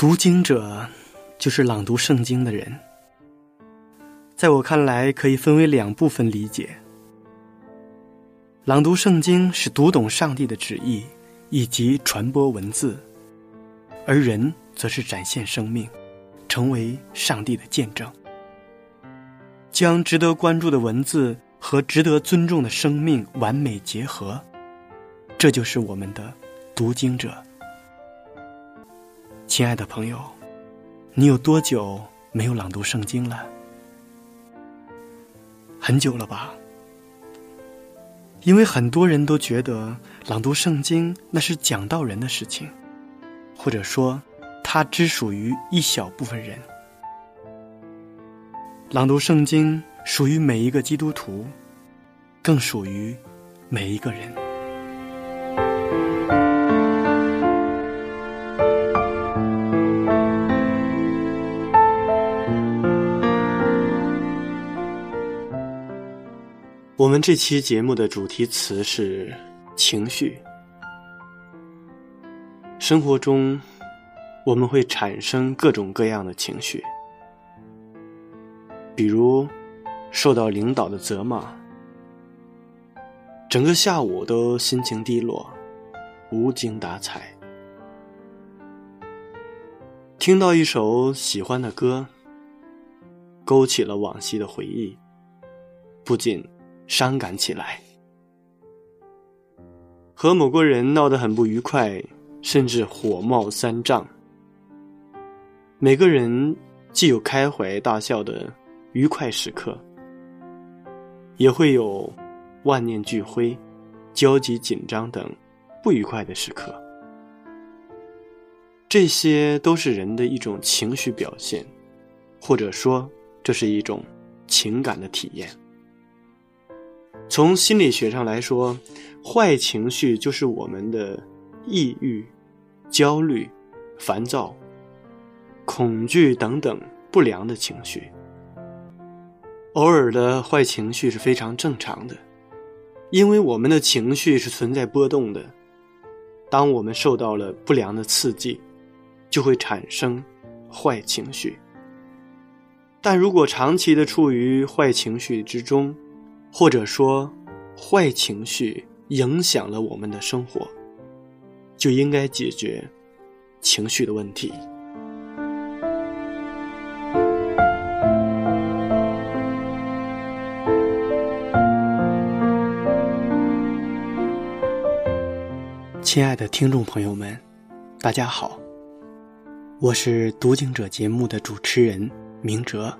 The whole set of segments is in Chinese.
读经者就是朗读圣经的人。在我看来，可以分为2部分理解。朗读圣经是读懂上帝的旨意以及传播文字，而人则是展现生命，成为上帝的见证，将值得关注的文字和值得尊重的生命完美结合，这就是我们的读经者。亲爱的朋友，你有多久没有朗读圣经了？很久了吧？因为很多人都觉得朗读圣经那是讲道人的事情，或者说它只属于一小部分人。朗读圣经属于每一个基督徒，更属于每一个人。我们这期节目的主题词是情绪。生活中我们会产生各种各样的情绪，比如受到领导的责骂，整个下午都心情低落，无精打采。听到一首喜欢的歌，勾起了往昔的回忆，不禁伤感起来。和某个人闹得很不愉快，甚至火冒三丈。每个人既有开怀大笑的愉快时刻，也会有万念俱灰、焦急紧张等不愉快的时刻。这些都是人的一种情绪表现，或者说这是一种情感的体验。从心理学上来说，坏情绪就是我们的抑郁、焦虑、烦躁、恐惧等等不良的情绪。偶尔的坏情绪是非常正常的，因为我们的情绪是存在波动的。当我们受到了不良的刺激，就会产生坏情绪。但如果长期的处于坏情绪之中，或者说坏情绪影响了我们的生活，就应该解决情绪的问题。亲爱的听众朋友们，大家好，我是读经者节目的主持人明哲。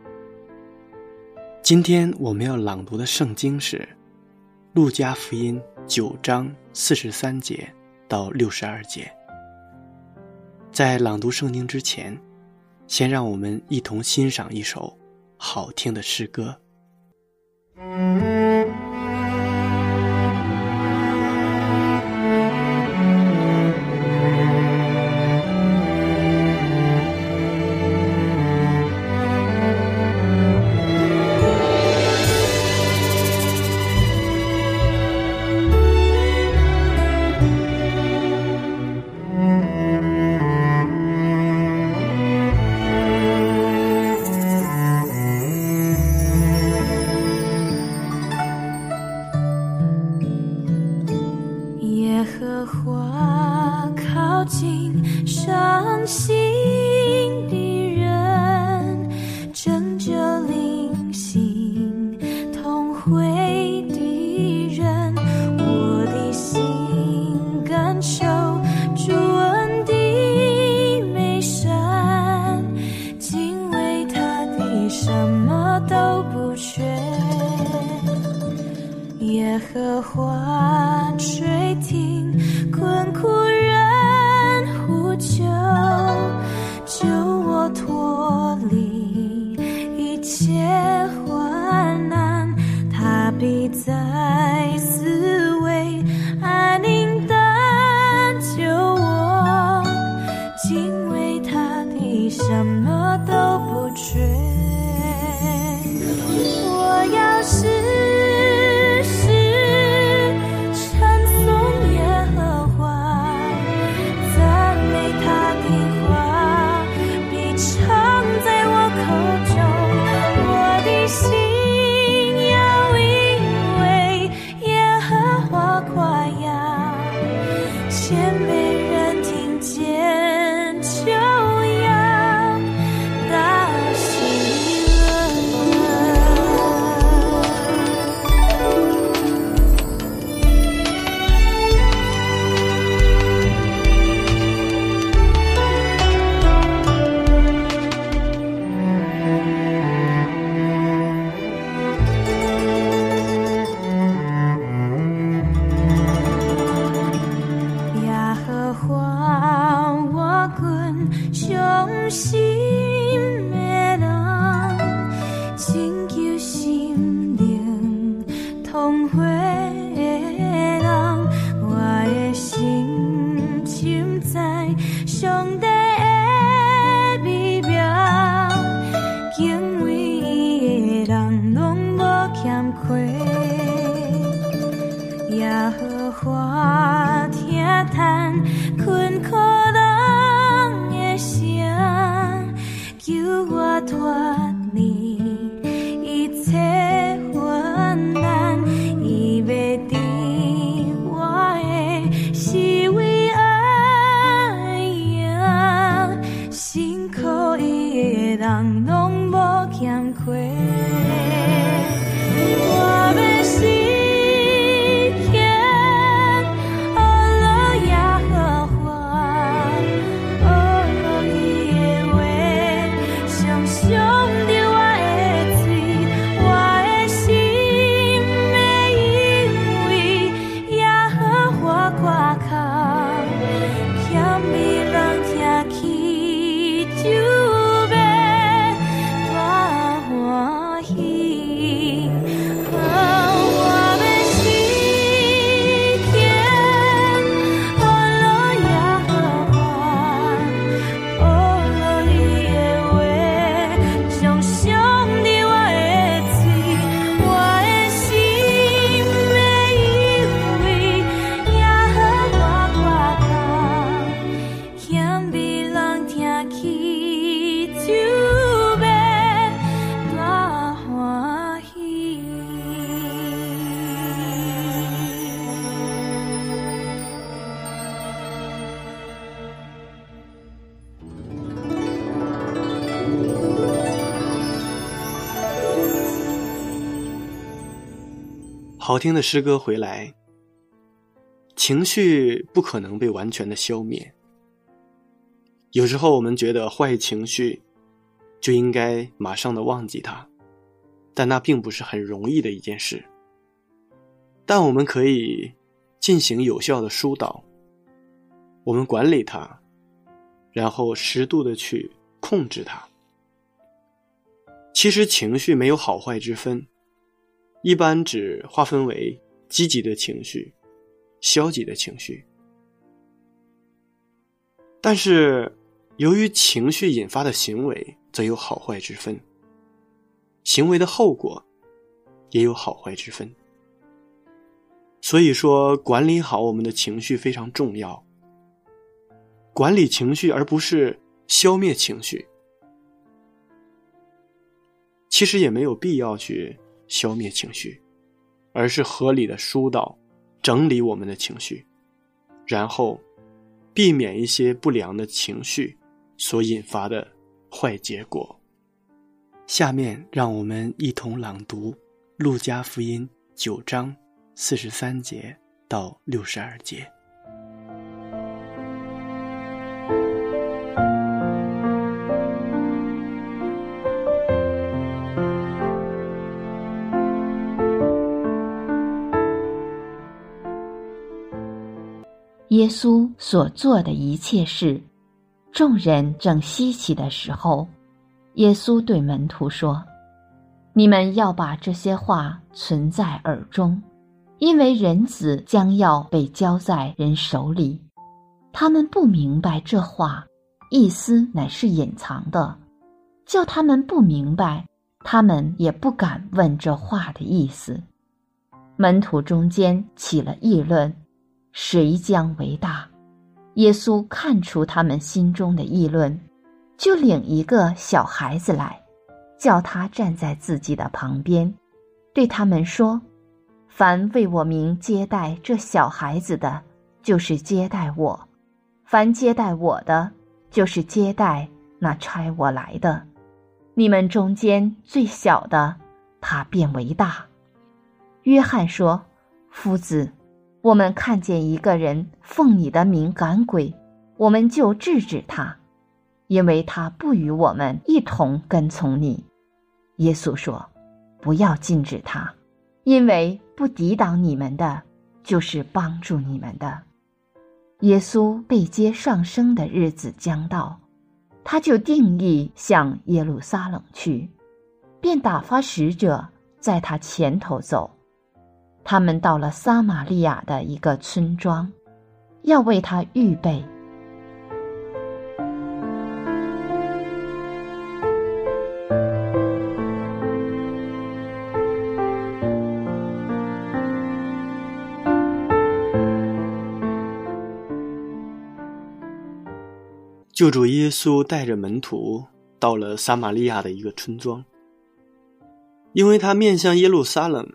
今天我们要朗读的圣经是路加福音9章43节到62节。在朗读圣经之前，先让我们一同欣赏一首好听的诗歌。 耶和华垂听困苦人呼救，救我脱离一切患难，他必在四围安宁地救我，敬畏他的什么都不缺。我要是赞美他的话， 伤心的人，拯救心灵痛悔的人，我的心深知上帝的美妙，敬畏伊的人拢无欠亏。耶和华听叹困苦人的声，救我脱离一切患难，伊要治我的是为爱赢，辛苦伊的人拢无欠亏。我要是好听的诗歌回来，情绪不可能被完全的消灭。有时候我们觉得坏情绪就应该马上的忘记它，但那并不是很容易的一件事。但我们可以进行有效的疏导，我们管理它，然后适度的去控制它。其实情绪没有好坏之分，一般只划分为积极的情绪、消极的情绪。但是由于情绪引发的行为则有好坏之分，行为的后果也有好坏之分。所以说管理好我们的情绪非常重要，管理情绪而不是消灭情绪。其实也没有必要去消灭情绪，而是合理的疏导、整理我们的情绪，然后避免一些不良的情绪所引发的坏结果。下面让我们一同朗读路加福音9章43节到62节。 耶稣所做的一切事，众人正稀奇的时候，耶稣对门徒说：你们要把这些话存在耳中，因为人子将要被交在人手里。他们不明白这话，意思乃是隐藏的，叫他们不明白，他们也不敢问这话的意思。门徒中间起了议论，谁将为大？耶稣看出他们心中的议论，就领一个小孩子来，叫他站在自己的旁边，对他们说：凡为我名接待这小孩子的，就是接待我；凡接待我的，就是接待那差我来的。你们中间最小的，他便为大。约翰说：夫子，我们看见一个人奉你的名赶鬼，我们就制止他，因为他不与我们一同跟从你。耶稣说：不要禁止他，因为不抵挡你们的，就是帮助你们的。耶稣被接上升的日子将到， 他就定义向耶路撒冷去，便打发使者在他前头走。他们到了撒玛利亚的一个村庄，要为他预备。 救主耶稣带着门徒到了撒玛利亚的一个村庄，因为他面向耶路撒冷，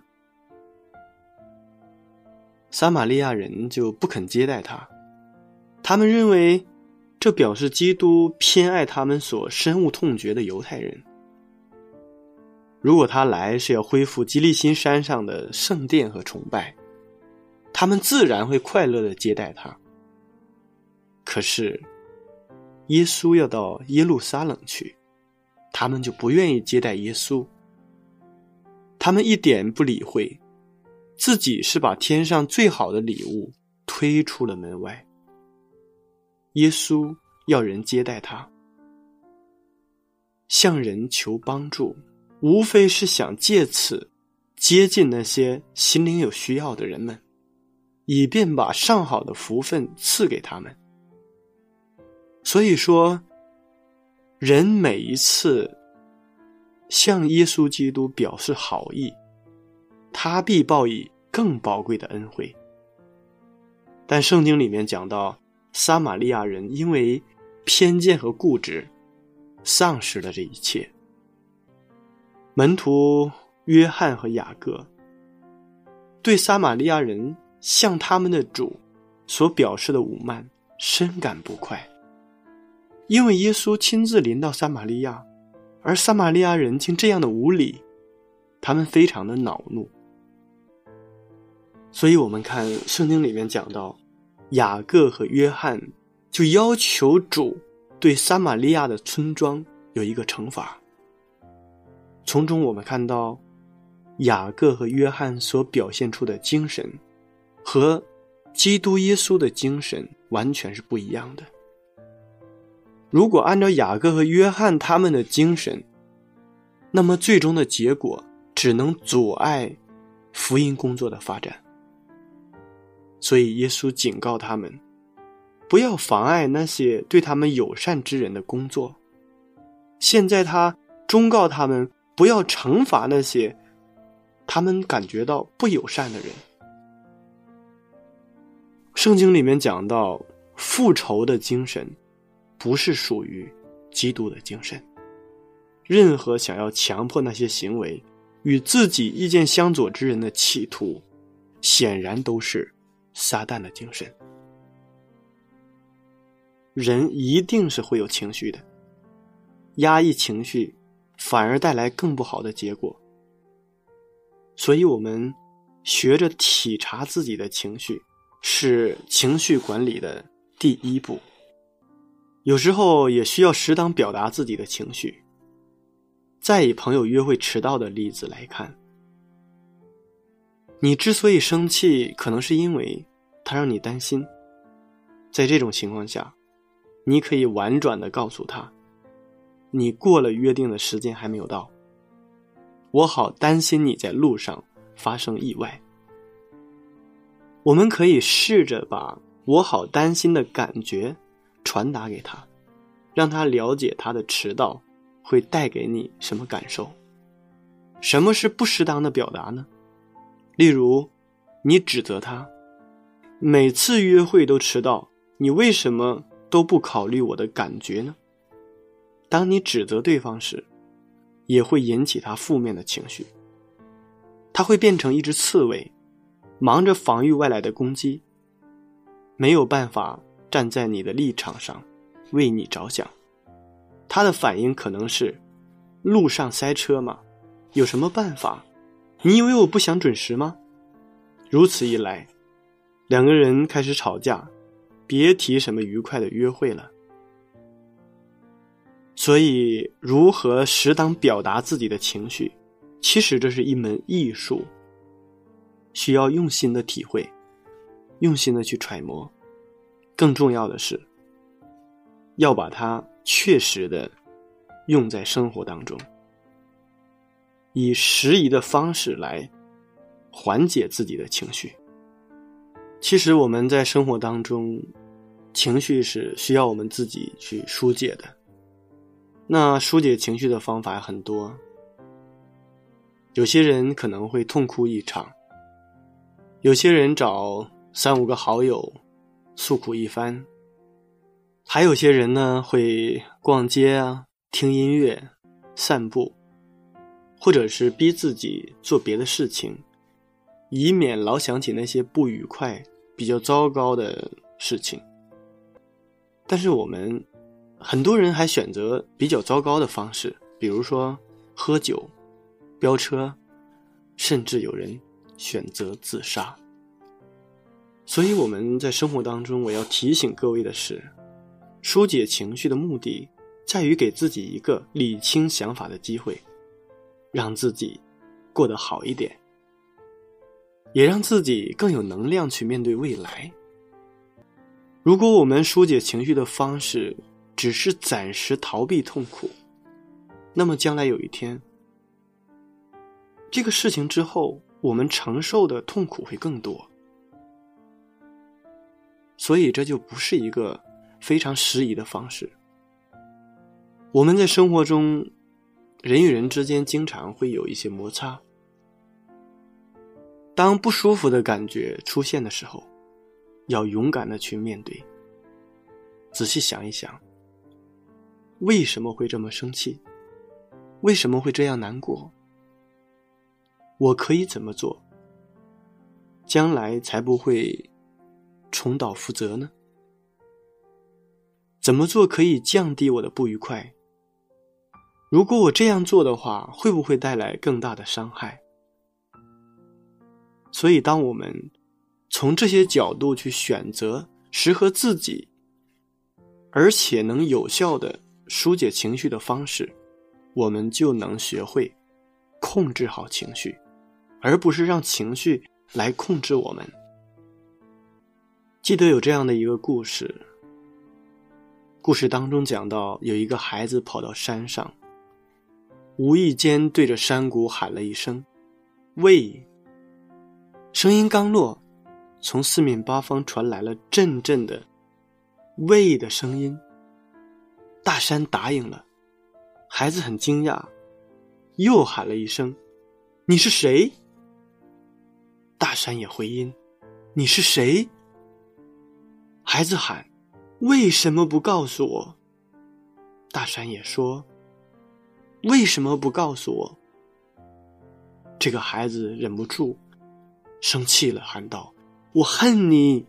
撒玛利亚人就不肯接待他，他们认为这表示基督偏爱他们所深恶痛绝的犹太人。如果他来是要恢复基利心山上的圣殿和崇拜，他们自然会快乐地接待他。可是耶稣要到耶路撒冷去，他们就不愿意接待耶稣。他们一点不理会，自己是把天上最好的礼物推出了门外。耶稣要人接待他，向人求帮助，无非是想借此接近那些心灵有需要的人们，以便把上好的福分赐给他们。所以说，人每一次向耶稣基督表示好意，他必报以更宝贵的恩惠。但圣经里面讲到，撒玛利亚人因为偏见和固执，丧失了这一切。门徒约翰和雅各对撒玛利亚人向他们的主所表示的侮慢深感不快，因为耶稣亲自临到撒玛利亚，而撒玛利亚人竟这样的无礼，他们非常的恼怒。所以我们看圣经里面讲到，雅各和约翰就要求主对撒玛利亚的村庄有一个惩罚。从中我们看到雅各和约翰所表现出的精神和基督耶稣的精神完全是不一样的。如果按照雅各和约翰他们的精神，那么最终的结果只能阻碍福音工作的发展。所以耶稣警告他们，不要妨碍那些对他们友善之人的工作。现在他忠告他们不要惩罚那些他们感觉到不友善的人。圣经里面讲到，复仇的精神不是属于基督的精神。任何想要强迫那些行为与自己意见相左之人的企图，显然都是撒旦的精神。人一定是会有情绪的，压抑情绪反而带来更不好的结果。所以我们学着体察自己的情绪，是情绪管理的第一步。有时候也需要适当表达自己的情绪。再以朋友约会迟到的例子来看，你之所以生气，可能是因为他让你担心。在这种情况下，你可以婉转地告诉他，你过了约定的时间还没有到，我好担心你在路上发生意外。我们可以试着把我好担心的感觉传达给他，让他了解他的迟到会带给你什么感受。什么是不适当的表达呢？例如，你指责他，每次约会都迟到，你为什么都不考虑我的感觉呢？当你指责对方时，也会引起他负面的情绪，他会变成一只刺猬，忙着防御外来的攻击，没有办法站在你的立场上为你着想。他的反应可能是，路上塞车吗？有什么办法？你以为我不想准时吗？如此一来，两个人开始吵架，别提什么愉快的约会了。所以，如何适当表达自己的情绪，其实这是一门艺术，需要用心的体会，用心的去揣摩。更重要的是，要把它确实的用在生活当中，以适宜的方式来缓解自己的情绪。其实我们在生活当中，情绪是需要我们自己去疏解的。那疏解情绪的方法很多，有些人可能会痛哭一场，有些人找3-5个好友诉苦一番，还有些人呢会逛街啊，听音乐，散步，或者是逼自己做别的事情，以免老想起那些不愉快比较糟糕的事情。但是我们很多人还选择比较糟糕的方式，比如说喝酒、飙车，甚至有人选择自杀。所以我们在生活当中，我要提醒各位的是，疏解情绪的目的在于给自己一个理清想法的机会，让自己过得好一点，也让自己更有能量去面对未来。如果我们疏解情绪的方式只是暂时逃避痛苦，那么将来有一天，这个事情之后，我们承受的痛苦会更多。所以这就不是一个非常适宜的方式。我们在生活中，人与人之间经常会有一些摩擦。当不舒服的感觉出现的时候，要勇敢地去面对。仔细想一想，为什么会这么生气？为什么会这样难过？我可以怎么做，将来才不会重蹈覆辙呢？怎么做可以降低我的不愉快？如果我这样做的话，会不会带来更大的伤害？所以当我们从这些角度去选择适合自己而且能有效的疏解情绪的方式，我们就能学会控制好情绪，而不是让情绪来控制我们。记得有这样的一个故事，故事当中讲到，有一个孩子跑到山上，无意间对着山谷喊了一声喂，声音刚落，从四面八方传来了阵阵的喂的声音。大山答应了，孩子很惊讶，又喊了一声你是谁？大山也回音你是谁？孩子喊为什么不告诉我？大山也说为什么不告诉我？这个孩子忍不住生气了，喊道我恨你。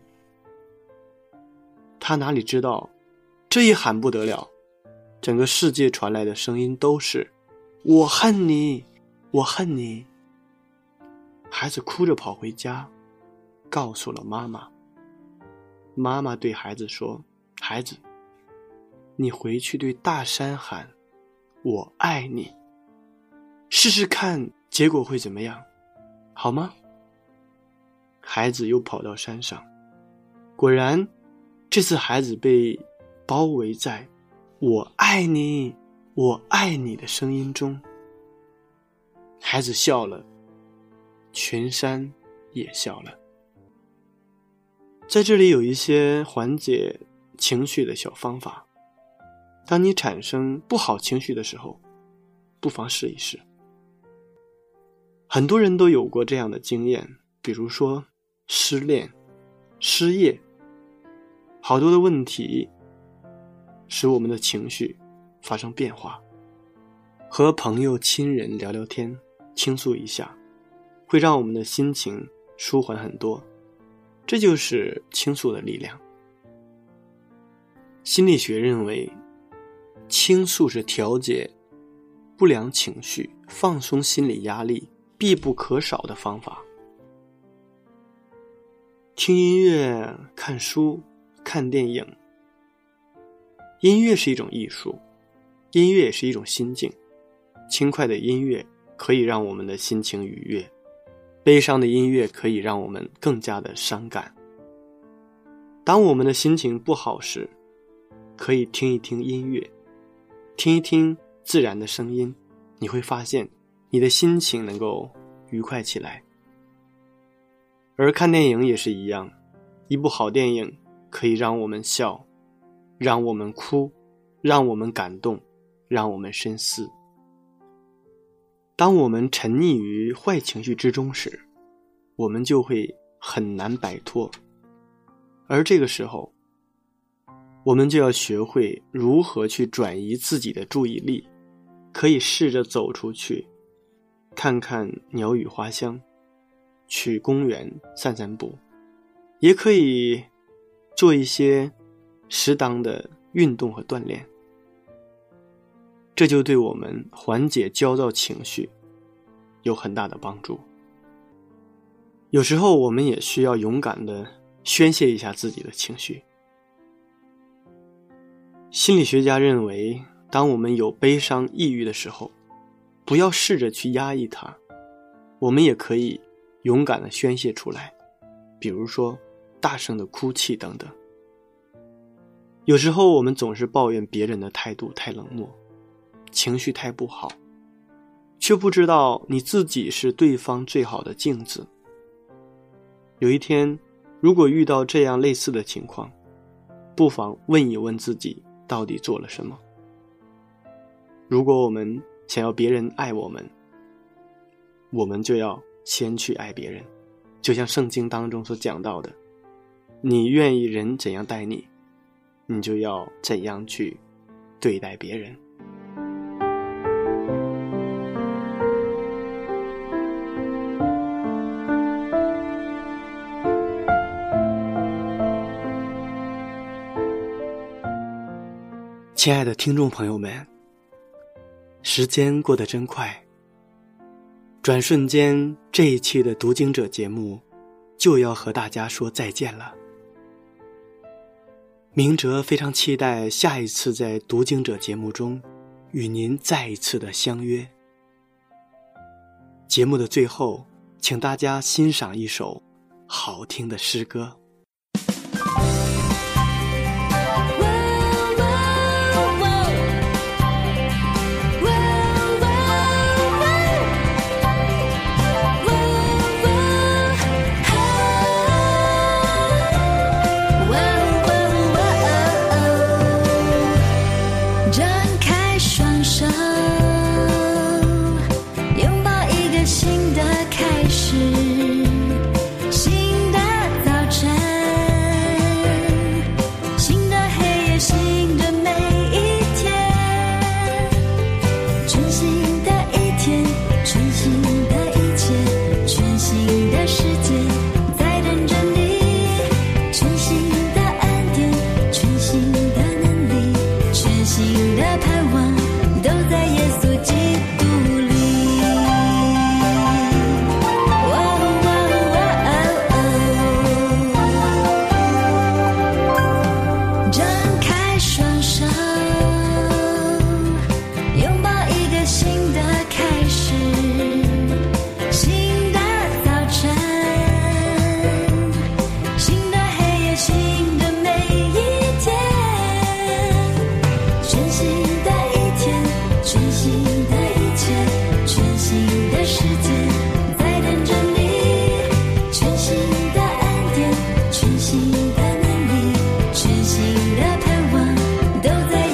他哪里知道，这一喊不得了，整个世界传来的声音都是我恨你，我恨你。孩子哭着跑回家，告诉了妈妈。妈妈对孩子说，孩子，你回去对大山喊我爱你，试试看结果会怎么样，好吗？孩子又跑到山上，果然这次孩子被包围在我爱你，我爱你的声音中。孩子笑了，群山也笑了。在这里有一些缓解情绪的小方法，当你产生不好情绪的时候，不妨试一试。很多人都有过这样的经验，比如说失恋、失业，好多的问题使我们的情绪发生变化。和朋友亲人聊聊天，倾诉一下，会让我们的心情舒缓很多，这就是倾诉的力量。心理学认为，倾诉是调节不良情绪、放松心理压力必不可少的方法。听音乐、看书、看电影，音乐是一种艺术，音乐也是一种心境。轻快的音乐可以让我们的心情愉悦，悲伤的音乐可以让我们更加的伤感。当我们的心情不好时，可以听一听音乐， 听一听自然的声音，你会发现你的心情能够愉快起来。而看电影也是一样，一部好电影可以让我们笑，让我们哭，让我们感动，让我们深思。当我们沉溺于坏情绪之中时，我们就会很难摆脱。而这个时候，我们就要学会如何去转移自己的注意力，可以试着走出去，看看鸟语花香，去公园散散步，也可以做一些适当的运动和锻炼。这就对我们缓解焦躁情绪有很大的帮助。有时候我们也需要勇敢地宣泄一下自己的情绪。心理学家认为，当我们有悲伤、抑郁的时候，不要试着去压抑它，我们也可以勇敢地宣泄出来，比如说大声的哭泣等等。有时候我们总是抱怨别人的态度太冷漠，情绪太不好，却不知道你自己是对方最好的镜子。有一天，如果遇到这样类似的情况，不妨问一问自己到底做了什么。如果我们想要别人爱我们，我们就要先去爱别人。就像圣经当中所讲到的，你愿意人怎样待你，你就要怎样去对待别人。亲爱的听众朋友们，时间过得真快，转瞬间这一期的读经者节目就要和大家说再见了。明哲非常期待下一次在读经者节目中与您再一次的相约。节目的最后，请大家欣赏一首好听的诗歌。 全新的能力，全新的盼望，都在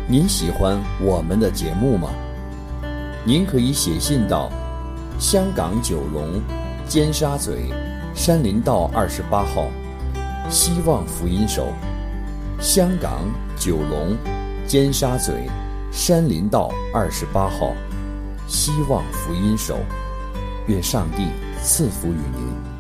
您喜欢我们的节目吗？您可以写信到香港九龙尖沙咀山林道28号希望福音手，香港九龙尖沙咀山林道28号希望福音手。愿上帝赐福于您。